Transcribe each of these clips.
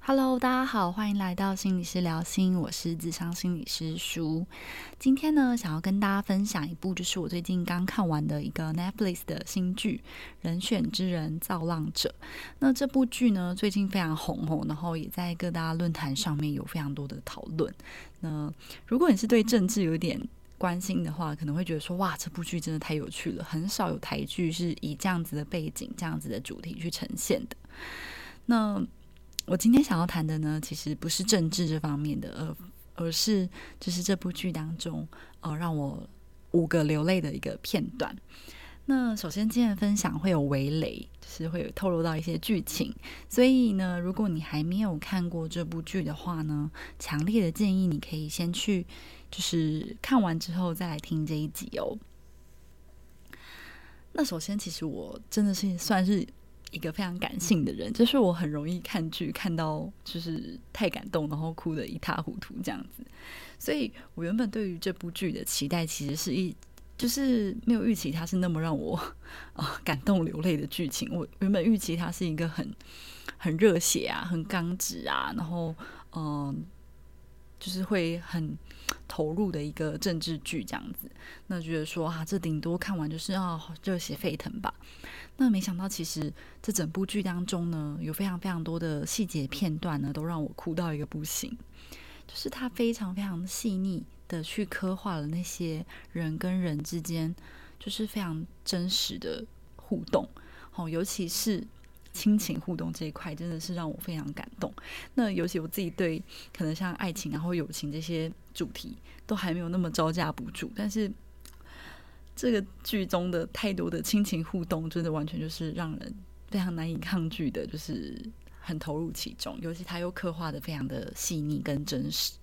Hello，大家好，欢迎来到心理师聊心，我是諮商心理师舒。今天呢，想要跟大家分享一部就是我最近刚看完的一个 Netflix 的新剧《人选之人造浪者》。那这部剧呢，最近非常红哦，然后也在各大论坛上面有非常多的讨论。那如果你是对政治有点关心的话，可能会觉得说，哇，这部剧真的太有趣了，很少有台剧是以这样子的背景、这样子的主题去呈现的。那我今天想要谈的呢，其实不是政治这方面的，而是就是这部剧当中，让我5个流泪的一个片段。那首先今天的分享会有微雷，就是会有透露到一些剧情，所以呢，如果你还没有看过这部剧的话呢，强烈的建议你可以先去，就是看完之后再来听这一集哦。那首先，其实我真的是算是一个非常感性的人，就是我很容易看剧看到就是太感动，然后哭得一塌糊涂这样子。所以我原本对于这部剧的期待其实是就是没有预期它是那么让我感动流泪的剧情。我原本预期它是一个很热血啊，很刚直啊，然后就是会很投入的一个政治剧这样子。那觉得说这顶多看完就是热血沸腾吧。那没想到其实这整部剧当中呢，有非常非常多的细节片段呢，都让我哭到一个不行。就是它非常非常细腻的去刻画了那些人跟人之间就是非常真实的互动，尤其是亲情互动这一块真的是让我非常感动。那尤其我自己对可能像爱情然后友情这些主题都还没有那么招架不住，但是这个剧中的太多的亲情互动真的完全就是让人非常难以抗拒的，就是很投入其中，尤其他又刻画的非常的细腻跟真实。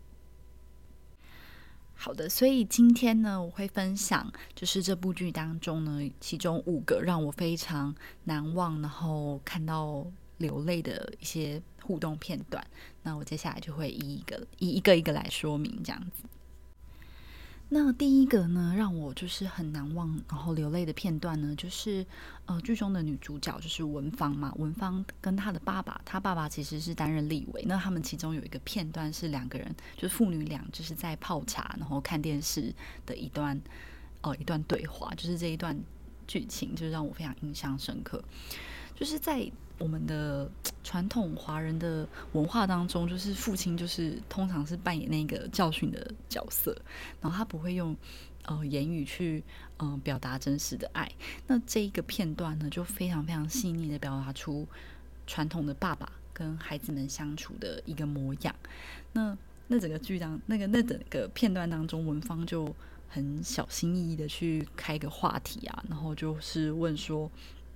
好的，所以今天呢，我会分享就是这部剧当中呢，其中5个让我非常难忘，然后看到流泪的一些互动片段。那我接下来就会一个一个来说明这样子。那第一个呢，让我就是很难忘，然后流泪的片段呢，就是剧中的女主角就是文芳嘛，文芳跟她的爸爸，她爸爸其实是担任立委。那他们其中有一个片段是2个人，就是父女俩，就是在泡茶然后看电视的一段对话，就是这一段剧情，就是让我非常印象深刻。就是在我们的传统华人的文化当中，就是父亲就是通常是扮演那个教训的角色，然后他不会用言语去表达真实的爱。那这一个片段呢，就非常非常细腻的表达出传统的爸爸跟孩子们相处的一个模样。那整个剧当那整个片段当中，文芳就很小心翼翼的去开个话题啊，然后就是问说。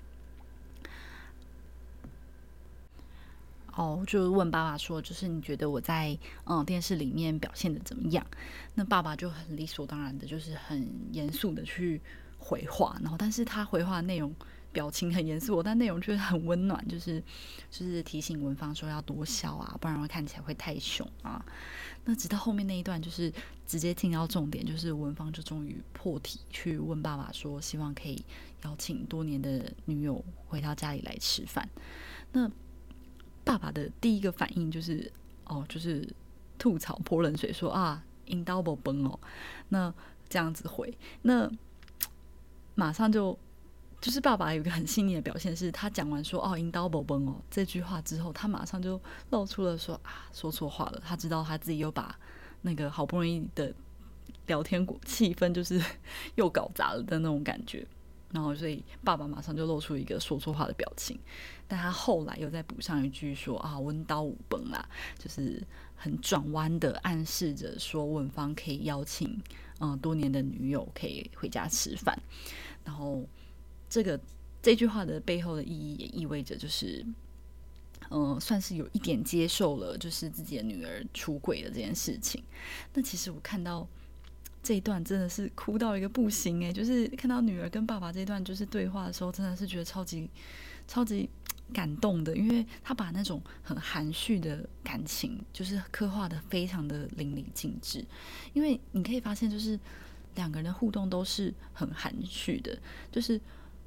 就问爸爸说，就是你觉得我在电视里面表现的怎么样？那爸爸就很理所当然的，就是很严肃的去回话，然后但是他回话的内容表情很严肃，但内容却很温暖，就是提醒文芳说要多笑啊，不然会看起来会太凶啊。那直到后面那一段，就是直接进到重点，就是文芳就终于破题去问爸爸说，希望可以邀请多年的女友回到家里来吃饭。那爸爸的第一个反应就是吐槽泼冷水说阴刀不崩哦，那这样子回，那马上就是爸爸有一个很细腻的表现，是他讲完说阴刀不崩哦这句话之后，他马上就露出了说错话了，他知道他自己又把那个好不容易的聊天气氛就是又搞砸了的那种感觉。然后所以爸爸马上就露出一个说错话的表情，但他后来又再补上一句说温刀五崩啦，就是很转弯的暗示着说文芳可以邀请多年的女友可以回家吃饭。然后这句话的背后的意义也意味着就是算是有一点接受了就是自己的女儿出轨的这件事情。那其实我看到这一段真的是哭到一个不行就是看到女儿跟爸爸这一段就是对话的时候，真的是觉得超级感动的，因为他把那种很含蓄的感情就是刻画的非常的淋漓尽致。因为你可以发现就是2个人的互动都是很含蓄的，就是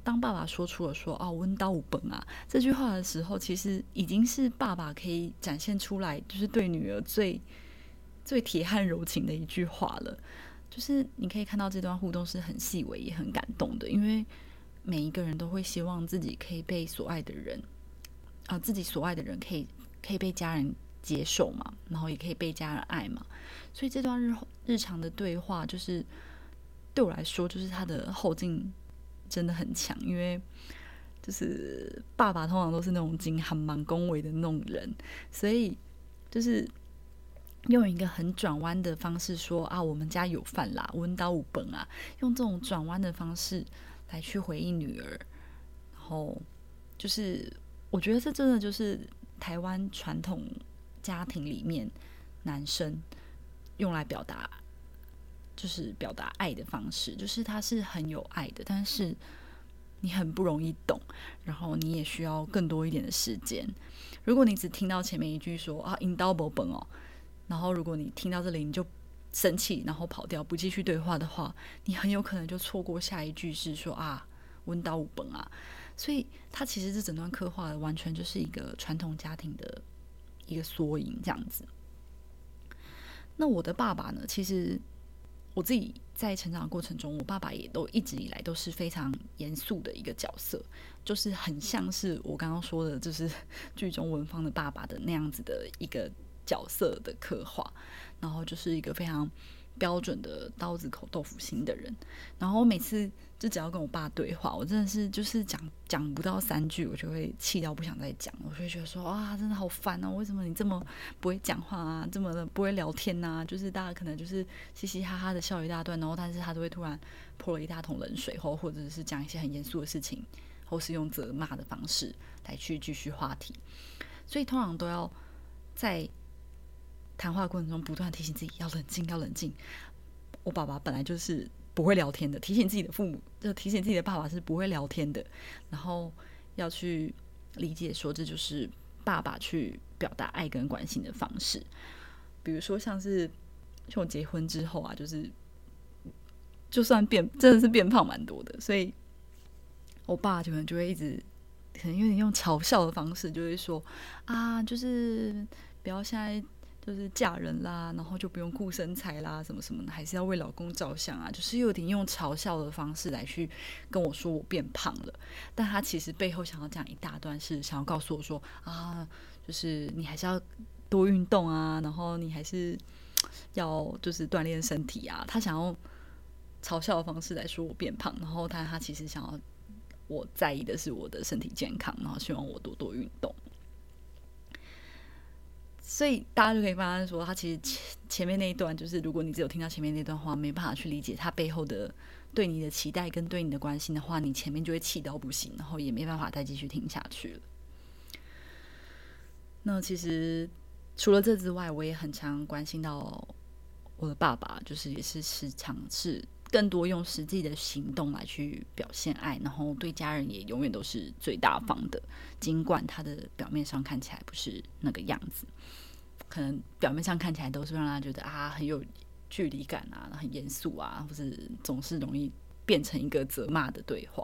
当爸爸说出了说温刀有本啊这句话的时候，其实已经是爸爸可以展现出来，就是对女儿最铁汉柔情的一句话了。就是你可以看到这段互动是很细微也很感动的，因为每一个人都会希望自己可以被所爱的人自己所爱的人可以被家人接受嘛，然后也可以被家人爱嘛。所以这段日常的对话，就是对我来说，就是他的后劲真的很强，因为就是爸爸通常都是那种金还蛮恭维的那种人，所以就是用一个很转弯的方式说我们家有饭啦，温刀有本啊，用这种转弯的方式来去回应女儿。然后就是我觉得这真的就是台湾传统家庭里面男生用来表达爱的方式，就是他是很有爱的，但是你很不容易懂，然后你也需要更多一点的时间。如果你只听到前面一句说因刀没本哦，然后如果你听到这里你就生气，然后跑掉不继续对话的话，你很有可能就错过下一句是说温刀有本啊。所以他其实这整段刻画的完全就是一个传统家庭的一个缩影这样子。那我的爸爸呢，其实我自己在成长的过程中，我爸爸也都一直以来都是非常严肃的一个角色，就是很像是我刚刚说的，就是剧中文芳的爸爸的那样子的一个角色的刻画，然后就是一个非常标准的刀子口豆腐心的人。然后我每次就只要跟我爸对话，我真的是就是讲不到3句，我就会气到不想再讲，我就会觉得说真的好烦为什么你这么不会讲话啊，这么的不会聊天啊，就是大家可能就是嘻嘻哈哈的笑一大段，然后但是他都会突然泼了一大桶冷水，或者是讲一些很严肃的事情，或是用责骂的方式来去继续话题。所以通常都要在谈话过程中不断提醒自己要冷静要冷静。我爸爸本来就是不会聊天的，提醒自己的父母，就提醒自己的爸爸是不会聊天的，然后要去理解说这就是爸爸去表达爱跟关心的方式。比如说像我结婚之后就算真的是变胖蛮多的，所以我爸可能就会一直可能有点用嘲笑的方式，就会说就是不要现在就是嫁人啦，然后就不用顾身材啦，什么什么的，还是要为老公着想啊，就是有点用嘲笑的方式来去跟我说我变胖了。但他其实背后想要讲一大段是想要告诉我说就是你还是要多运动啊，然后你还是要就是锻炼身体啊。他想要嘲笑的方式来说我变胖，然后他其实想要我在意的是我的身体健康，然后希望我多多运动。所以大家就可以发现说，他其实前面那一段，就是如果你只有听到前面那段话，没办法去理解他背后的对你的期待跟对你的关心的话，你前面就会气到不行，然后也没办法再继续听下去了。那其实除了这之外，我也很常关心到我的爸爸，就是也是时常是更多用实际的行动来去表现爱，然后对家人也永远都是最大方的，尽管他的表面上看起来不是那个样子，可能表面上看起来都是让他觉得很有距离感啊，很严肃啊，或是总是容易变成一个责骂的对话。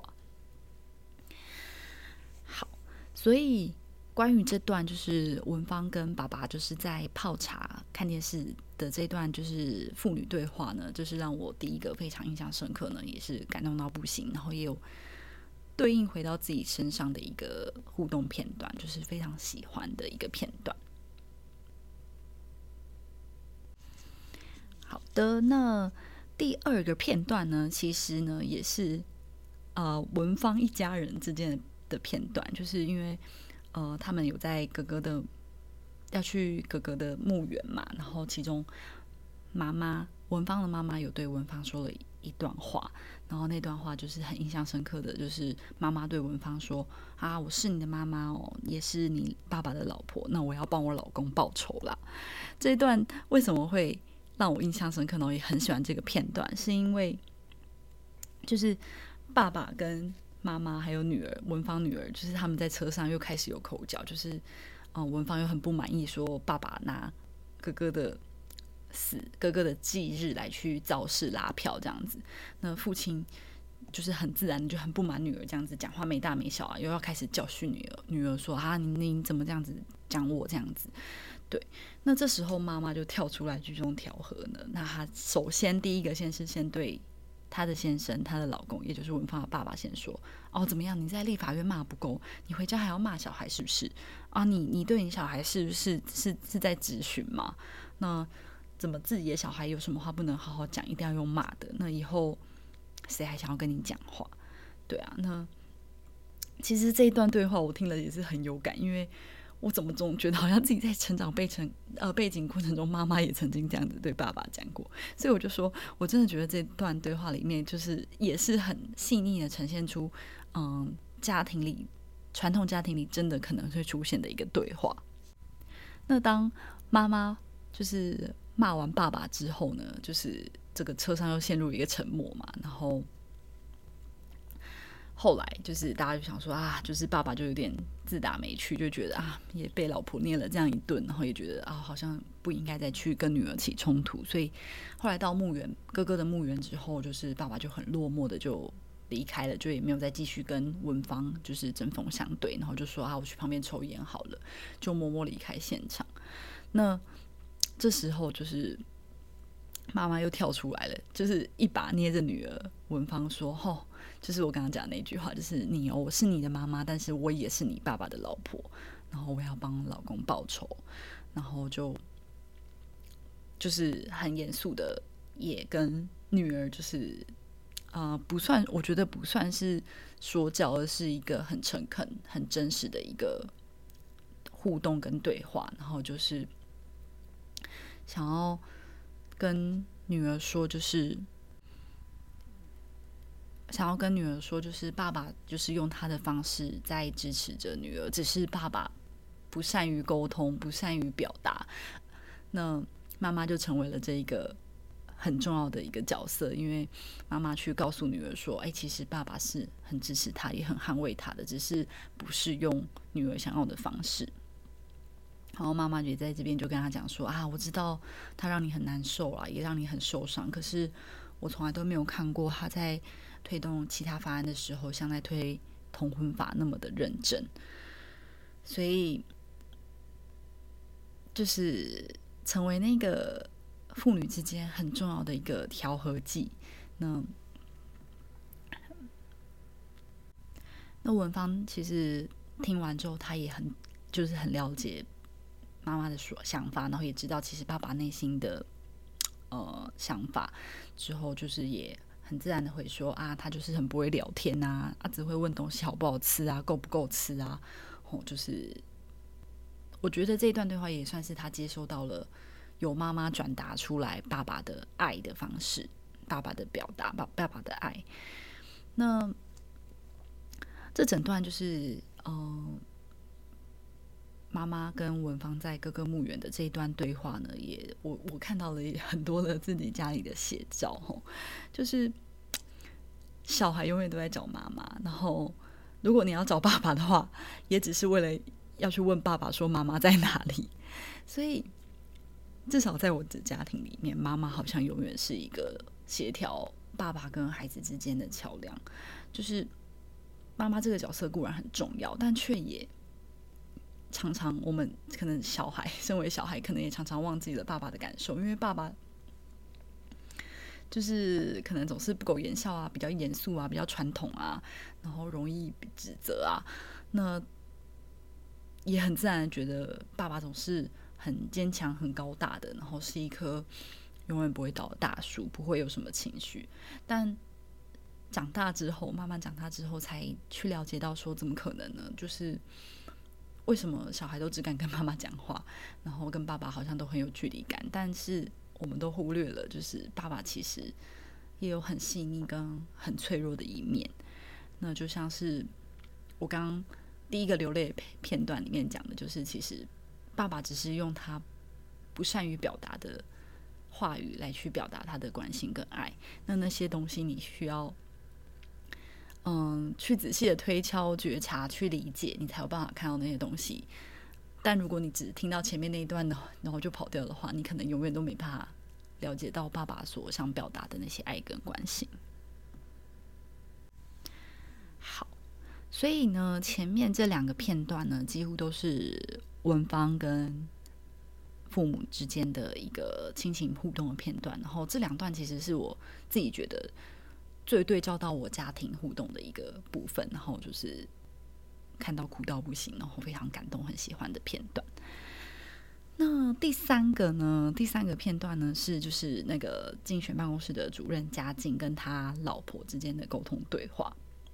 好，所以关于这段就是文芳跟爸爸就是在泡茶看电视的这段就是父女对话呢，就是让我第一个非常印象深刻呢，也是感动到不行，然后也有对应回到自己身上的一个互动片段，就是非常喜欢的一个片段。好的，那第二个片段呢，其实呢也是文芳一家人之间的片段，就是因为他们有在要去哥哥的墓园嘛，然后其中文芳的妈妈有对文芳说了一段话，然后那段话就是很印象深刻的，就是妈妈对文芳说我是你的妈妈也是你爸爸的老婆，那我要帮我老公报仇啦。这一段为什么会让我印象深刻呢？我也很喜欢这个片段，是因为就是爸爸跟妈妈还有文芳女儿，就是他们在车上又开始有口角，就是文芳又很不满意，说爸爸拿哥哥的忌日来去造势拉票这样子。那父亲就是很自然的就很不满女儿这样子讲话没大没小啊，又要开始教训女儿说啊你怎么这样子讲我这样子。对，那这时候妈妈就跳出来居中调和呢。那她首先第一个先对她的先生，她的老公，也就是文芳的爸爸先说：哦，怎么样？你在立法院骂不够，你回家还要骂小孩是不是？啊，你对你小孩是不是是在质询吗？那怎么自己的小孩有什么话不能好好讲，一定要用骂的？那以后谁还想要跟你讲话？对啊，那其实这一段对话我听了也是很有感，因为我怎么总觉得好像自己在成长背景过程中，妈妈也曾经这样子对爸爸讲过，所以我就说，我真的觉得这段对话里面，就是也是很细腻的呈现出，家庭里传统家庭里真的可能会出现的一个对话。那当妈妈就是骂完爸爸之后呢，就是这个车上又陷入一个沉默嘛，然后后来就是大家就想说啊，就是爸爸就有点自打没趣，就觉得啊也被老婆念了这样一顿，然后也觉得啊好像不应该再去跟女儿起冲突，所以后来到哥哥的墓园之后，就是爸爸就很落寞的就离开了，就也没有再继续跟文芳就是针锋相对，然后就说啊我去旁边抽烟好了，就默默离开现场。那这时候就是妈妈又跳出来了，就是一把捏着女儿文芳说：“吼，就是我刚刚讲的那句话，就是我是你的妈妈，但是我也是你爸爸的老婆，然后我要帮老公报仇。”然后就是很严肃的也跟女儿就是不算，我觉得不算是说教，而是一个很诚恳、很真实的一个互动跟对话，然后就是想要跟女儿说，就是爸爸就是用他的方式在支持着女儿，只是爸爸不善于沟通，不善于表达，那妈妈就成为了这一个很重要的一个角色，因为妈妈去告诉女儿说：“其实爸爸是很支持她，也很捍卫她的，只是不是用女儿想要的方式。”然后妈妈也在这边就跟他讲说：“啊，我知道他让你很难受啦，也让你很受伤，可是我从来都没有看过他在推动其他法案的时候，像在推同婚法那么的认真，所以就是成为那个父女之间很重要的一个调和剂。”那文芳其实听完之后，他也很了解妈妈的想法，然后也知道其实爸爸内心的想法，之后就是也很自然的会说啊，他就是很不会聊天啊，只会问东西好不好吃啊，够不够吃啊，就是我觉得这一段对话也算是他接收到了由妈妈转达出来爸爸的爱的方式，爸爸的表达，爸爸的爱。那这整段就是妈妈跟文芳在哥哥墓园的这一段对话呢，我看到了很多的自己家里的写照，就是小孩永远都在找妈妈，然后如果你要找爸爸的话，也只是为了要去问爸爸说妈妈在哪里。所以至少在我的家庭里面，妈妈好像永远是一个协调爸爸跟孩子之间的桥梁。就是妈妈这个角色固然很重要，但却也常常我们可能身为小孩可能也常常忘记了爸爸的感受，因为爸爸就是可能总是不苟言笑啊，比较严肃啊，比较传统啊，然后容易指责啊，那也很自然的觉得爸爸总是很坚强很高大的，然后是一棵永远不会倒的大树，不会有什么情绪。但慢慢长大之后才去了解到说怎么可能呢，就是为什么小孩都只敢跟妈妈讲话，然后跟爸爸好像都很有距离感，但是我们都忽略了就是爸爸其实也有很细腻跟很脆弱的一面。那就像是我刚刚第一个流泪片段里面讲的，就是其实爸爸只是用他不善于表达的话语来去表达他的关心跟爱，那些东西你需要去仔细的推敲觉察去理解，你才有办法看到那些东西。但如果你只听到前面那一段然后就跑掉的话，你可能永远都没办法了解到爸爸所想表达的那些爱跟关心。 好，所以呢，前面这2个片段呢，几乎都是文芳跟父母之间的一个亲情互动的片段，然后这2段其实是我自己觉得最对照到我家庭互动的一个部分，然后就是看到哭到不行，然后非常感动，很喜欢的片段。那第三个片段呢，是就是那个竞选办公室的主任嘉靖跟他老婆之间的沟通对话。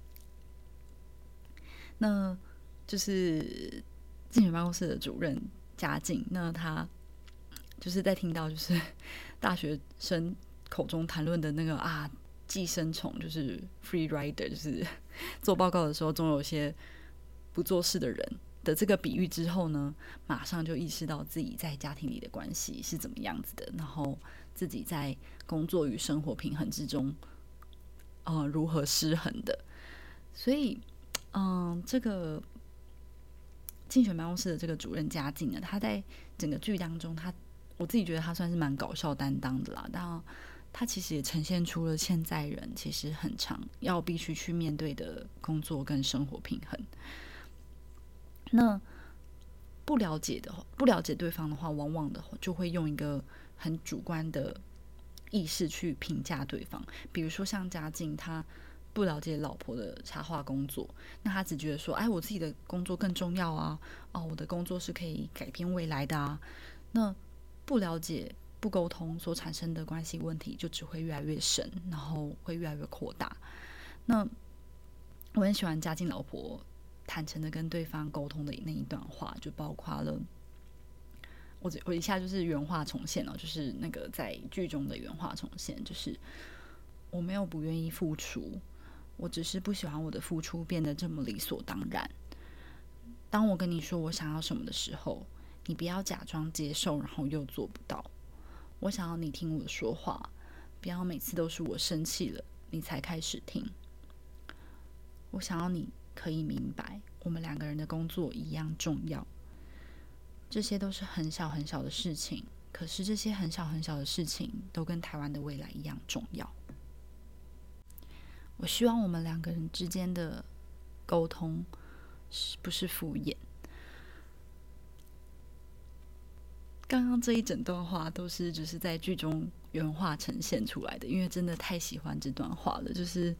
那就是竞选办公室的主任嘉靖，那他就是在听到就是大学生口中谈论的那个寄生虫，就是 free rider， 就是做报告的时候总有些不做事的人的这个比喻之后呢，马上就意识到自己在家庭里的关系是怎么样子的，然后自己在工作与生活平衡之中，如何失衡的。所以，这个竞选办公室的这个主任嘉靖呢，他在整个剧当中，我自己觉得他算是蛮搞笑担当的啦，但他其实也呈现出了现在人其实很常要必须去面对的工作跟生活平衡。那不了解对方的话，往往的就会用一个很主观的意识去评价对方。比如说像嘉靖，他不了解老婆的插画工作，那他只觉得说，我自己的工作更重要啊，我的工作是可以改变未来的啊。那不了解、不沟通所产生的关系问题，就只会越来越深，然后会越来越扩大。那我很喜欢嘉靖老婆坦诚的跟对方沟通的那一段话，就包括了我一下就是原话重现了，就是那个在剧中的原话重现，就是我没有不愿意付出，我只是不喜欢我的付出变得这么理所当然。当我跟你说我想要什么的时候，你不要假装接受，然后又做不到。我想要你听我说话，不要每次都是我生气了，你才开始听。我想要你可以明白，我们2个人的工作一样重要。这些都是很小很小的事情，可是这些很小很小的事情都跟台湾的未来一样重要。我希望我们2个人之间的沟通不是敷衍。刚刚这一整段话都是就是在剧中原话呈现出来的，因为真的太喜欢这段话了。就是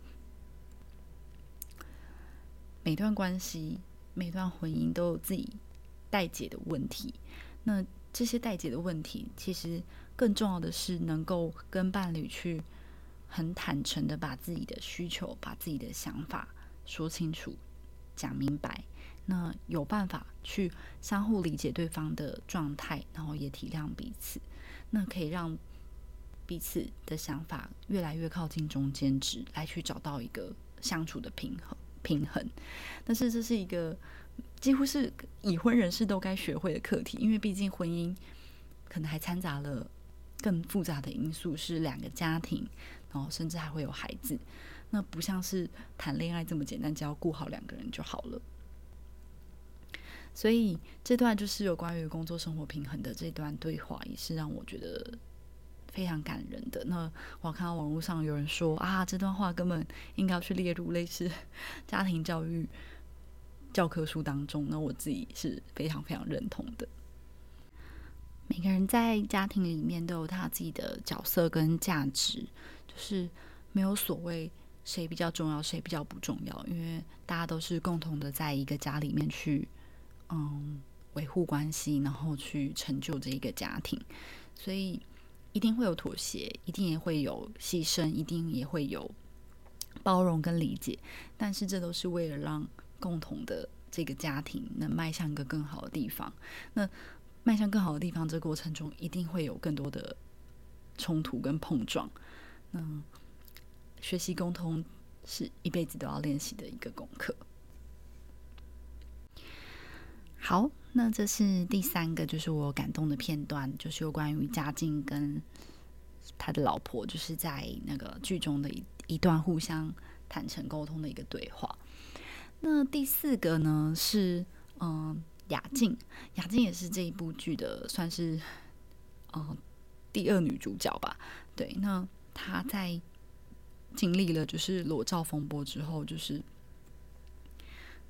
每段关系、每段婚姻都有自己待解的问题，那这些待解的问题，其实更重要的是能够跟伴侣去很坦诚的把自己的需求、把自己的想法说清楚、讲明白。那有办法去相互理解对方的状态，然后也体谅彼此，那可以让彼此的想法越来越靠近中间值，来去找到一个相处的平衡。但是这是一个几乎是已婚人士都该学会的课题，因为毕竟婚姻可能还掺杂了更复杂的因素，是2个家庭，然后甚至还会有孩子。那不像是谈恋爱这么简单，只要顾好2个人就好了。所以这段就是有关于工作生活平衡的这段对话，也是让我觉得非常感人的。那我看到网络上有人说这段话根本应该要去列入类似家庭教育教科书当中，那我自己是非常非常认同的。每个人在家庭里面都有他自己的角色跟价值，就是没有所谓谁比较重要谁比较不重要，因为大家都是共同的在一个家里面去维护关系，然后去成就这一个家庭，所以一定会有妥协，一定也会有牺牲，一定也会有包容跟理解，但是这都是为了让共同的这个家庭能迈向一个更好的地方。那迈向更好的地方这个过程中，一定会有更多的冲突跟碰撞。学习沟通是一辈子都要练习的一个功课。好，那这是第3个就是我感动的片段，就是有关于嘉靖跟他的老婆就是在那个剧中的一段互相坦诚沟通的一个对话。那第4个呢是雅静也是这一部剧的算是第2女主角吧。对，那她在经历了就是裸照风波之后，就是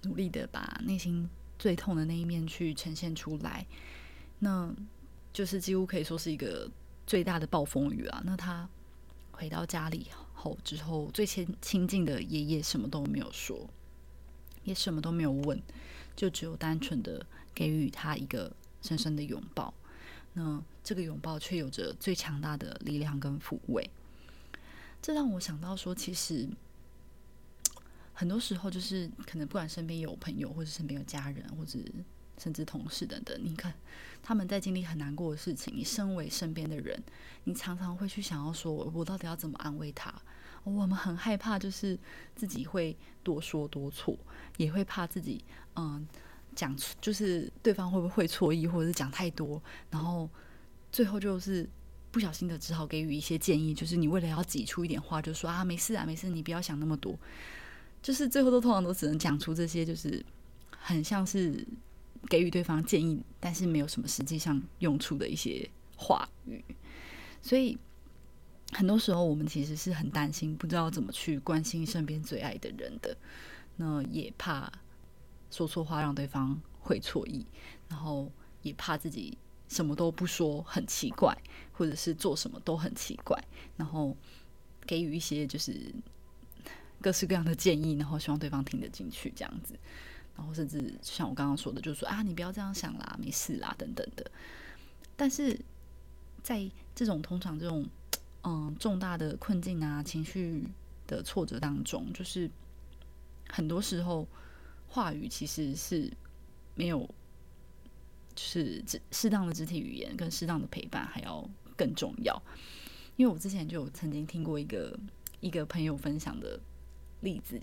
努力的把内心最痛的那一面去呈现出来，那就是几乎可以说是一个最大的暴风雨啊。那他回到家里之后，最亲近的爷爷什么都没有说，也什么都没有问，就只有单纯的给予他一个深深的拥抱。那这个拥抱却有着最强大的力量跟抚慰。这让我想到说，其实很多时候就是可能不管身边有朋友，或者身边有家人，或者甚至同事等等，你看他们在经历很难过的事情，你身为身边的人，你常常会去想要说，我到底要怎么安慰他？我们很害怕，就是自己会多说多错，也会怕自己讲就是对方会不会错意，或者是讲太多，然后最后就是不小心的只好给予一些建议，就是你为了要挤出一点话，就说啊没事啊没事，你不要想那么多，就是最后通常都只能讲出这些，就是很像是给予对方建议，但是没有什么实际上用处的一些话语。所以很多时候我们其实是很担心，不知道怎么去关心身边最爱的人的，那也怕说错话让对方会错意，然后也怕自己什么都不说很奇怪，或者是做什么都很奇怪，然后给予一些就是各式各样的建议，然后希望对方听得进去这样子，然后甚至像我刚刚说的，就是说啊你不要这样想啦，没事啦等等的。但是在通常这种重大的困境啊、情绪的挫折当中，就是很多时候话语其实是没有，就是适当的肢体语言跟适当的陪伴还要更重要。因为我之前就有曾经听过一个朋友分享的例子，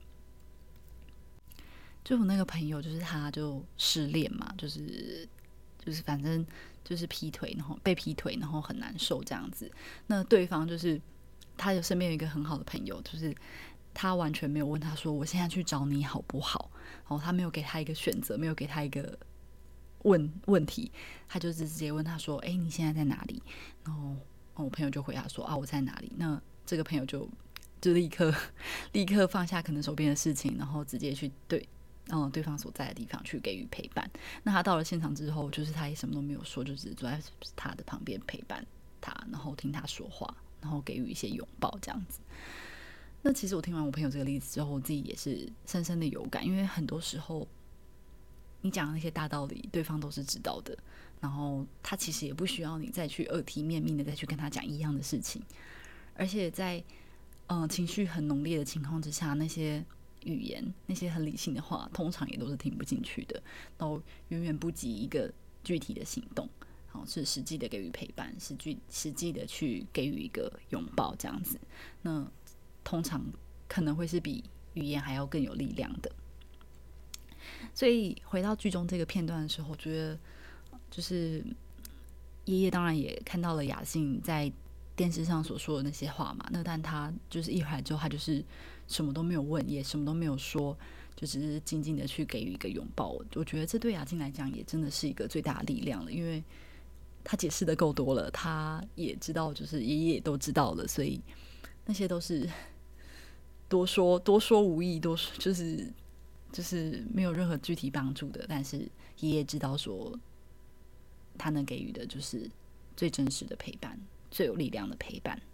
就我那个朋友，就是他就失恋嘛，就是反正就是劈腿，然后被劈腿，然后很难受这样子。那对方就是他有身边有一个很好的朋友，就是他完全没有问他说我现在去找你好不好，然后他没有给他一个选择，没有给他一个问题，他就直接问他说你现在在哪里？然后我朋友就回答说我在哪里。那这个朋友就立刻放下可能手边的事情，然后直接去对方所在的地方去给予陪伴。那他到了现场之后，就是他也什么都没有说，就只是坐在他的旁边陪伴他，然后听他说话，然后给予一些拥抱这样子。那其实我听完我朋友这个例子之后，我自己也是深深的有感，因为很多时候你讲的那些大道理，对方都是知道的，然后他其实也不需要你再去耳提面命的再去跟他讲一样的事情，而且在情绪很浓烈的情况之下，那些语言那些很理性的话通常也都是听不进去的，都远远不及一个具体的行动，是实际的给予陪伴，实际的去给予一个拥抱这样子，那通常可能会是比语言还要更有力量的。所以回到剧中这个片段的时候，我觉得就是爷爷当然也看到了雅信在电视上所说的那些话嘛，那但他就是一回来之后，他就是什么都没有问，也什么都没有说，就只是静静的去给予一个拥抱。我觉得这对雅静来讲也真的是一个最大的力量了，因为他解释的够多了，他也知道，就是爷爷也都知道了，所以那些都是多说无益，就是没有任何具体帮助的。但是爷爷知道说，他能给予的就是最真实的陪伴，最有力量的陪伴。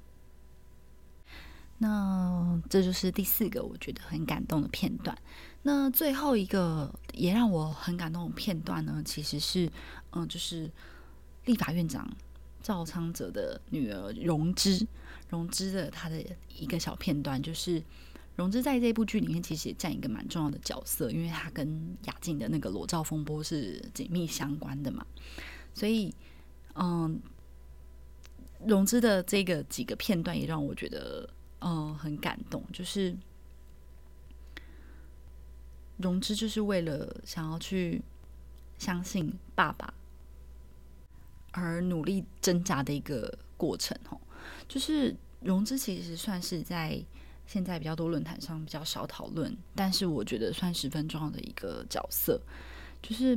那这就是第4个我觉得很感动的片段。那最后一个也让我很感动的片段呢，其实是就是立法院长赵昌哲的女儿荣枝的她的一个小片段，就是荣枝在这部剧里面其实也占一个蛮重要的角色，因为她跟雅静的那个裸照风波是紧密相关的嘛，所以荣枝的这个几个片段也让我觉得很感动，就是荣枝就是为了想要去相信爸爸而努力挣扎的一个过程。就是荣枝其实算是在现在比较多论坛上比较少讨论，但是我觉得算十分重要的一个角色。就是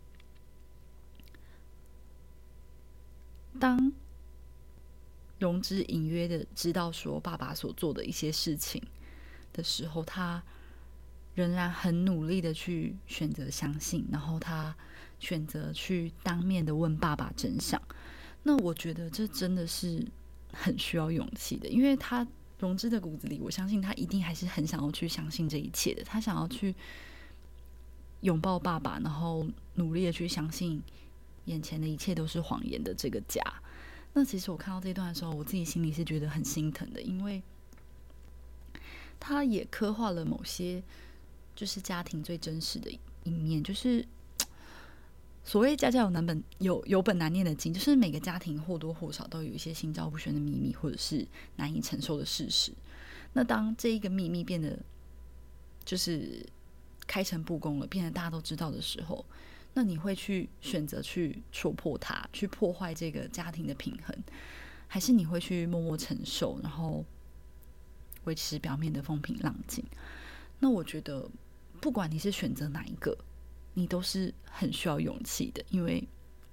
当荣枝隐约的知道说爸爸所做的一些事情的时候，他仍然很努力的去选择相信，然后他选择去当面的问爸爸真相。那我觉得这真的是很需要勇气的，因为他荣枝的骨子里，我相信他一定还是很想要去相信这一切的，他想要去拥抱爸爸，然后努力的去相信眼前的一切都是谎言的这个家。那其实我看到这段的时候，我自己心里是觉得很心疼的，因为他也刻画了某些就是家庭最真实的一面，就是所谓家家有本难念的经，就是每个家庭或多或少都有一些心照不宣的秘密，或者是难以承受的事实。那当这一个秘密变得就是开诚布公了，变得大家都知道的时候，那你会去选择去戳破它，去破坏这个家庭的平衡，还是你会去默默承受，然后维持表面的风平浪静？那我觉得不管你是选择哪一个，你都是很需要勇气的，因为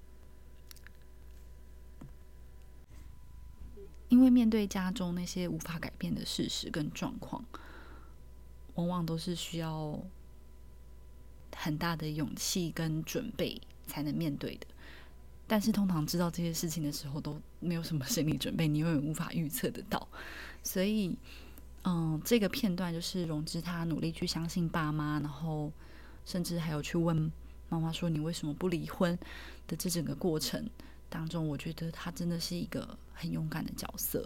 面对家中那些无法改变的事实跟状况，往往都是需要很大的勇气跟准备才能面对的。但是通常知道这些事情的时候，都没有什么心理准备，你永远无法预测得到。所以，这个片段就是荣枝他努力去相信爸妈，然后甚至还有去问妈妈说你为什么不离婚的这整个过程当中，我觉得他真的是一个很勇敢的角色。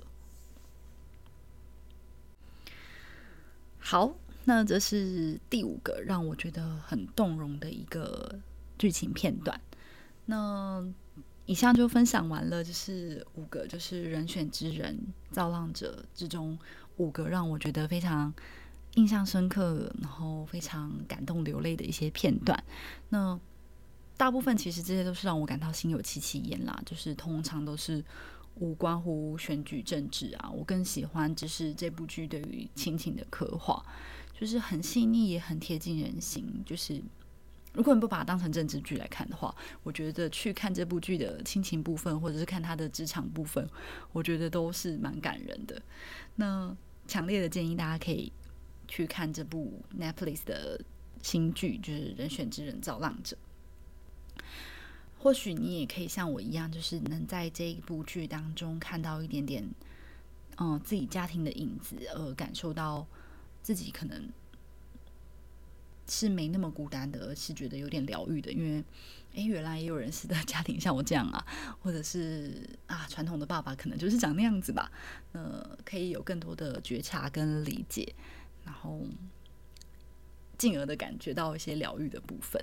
好，那这是第5个让我觉得很动容的一个剧情片段。那以上就分享完了，就是5个就是人选之人造浪者之中5个让我觉得非常印象深刻，然后非常感动流泪的一些片段。那大部分其实这些都是让我感到心有戚戚焉啦，就是通常都是无关乎选举政治啊。我更喜欢就是这部剧对于亲情的刻画，就是很细腻也很贴近人心。就是如果你不把它当成政治剧来看的话，我觉得去看这部剧的亲情部分，或者是看它的职场部分，我觉得都是蛮感人的。那强烈的建议大家可以去看这部 Netflix 的新剧，就是《人选之人造浪者》。或许你也可以像我一样，就是能在这一部剧当中看到一点点自己家庭的影子，而感受到自己可能是没那么孤单的，而是觉得有点疗愈的。因为原来也有人是的家庭像我这样啊，或者是传统的爸爸可能就是长那样子吧。可以有更多的觉察跟理解，然后进而的感觉到一些疗愈的部分。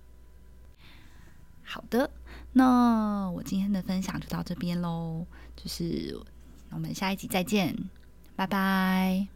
好的，那我今天的分享就到这边咯，就是我们下一集再见，拜拜。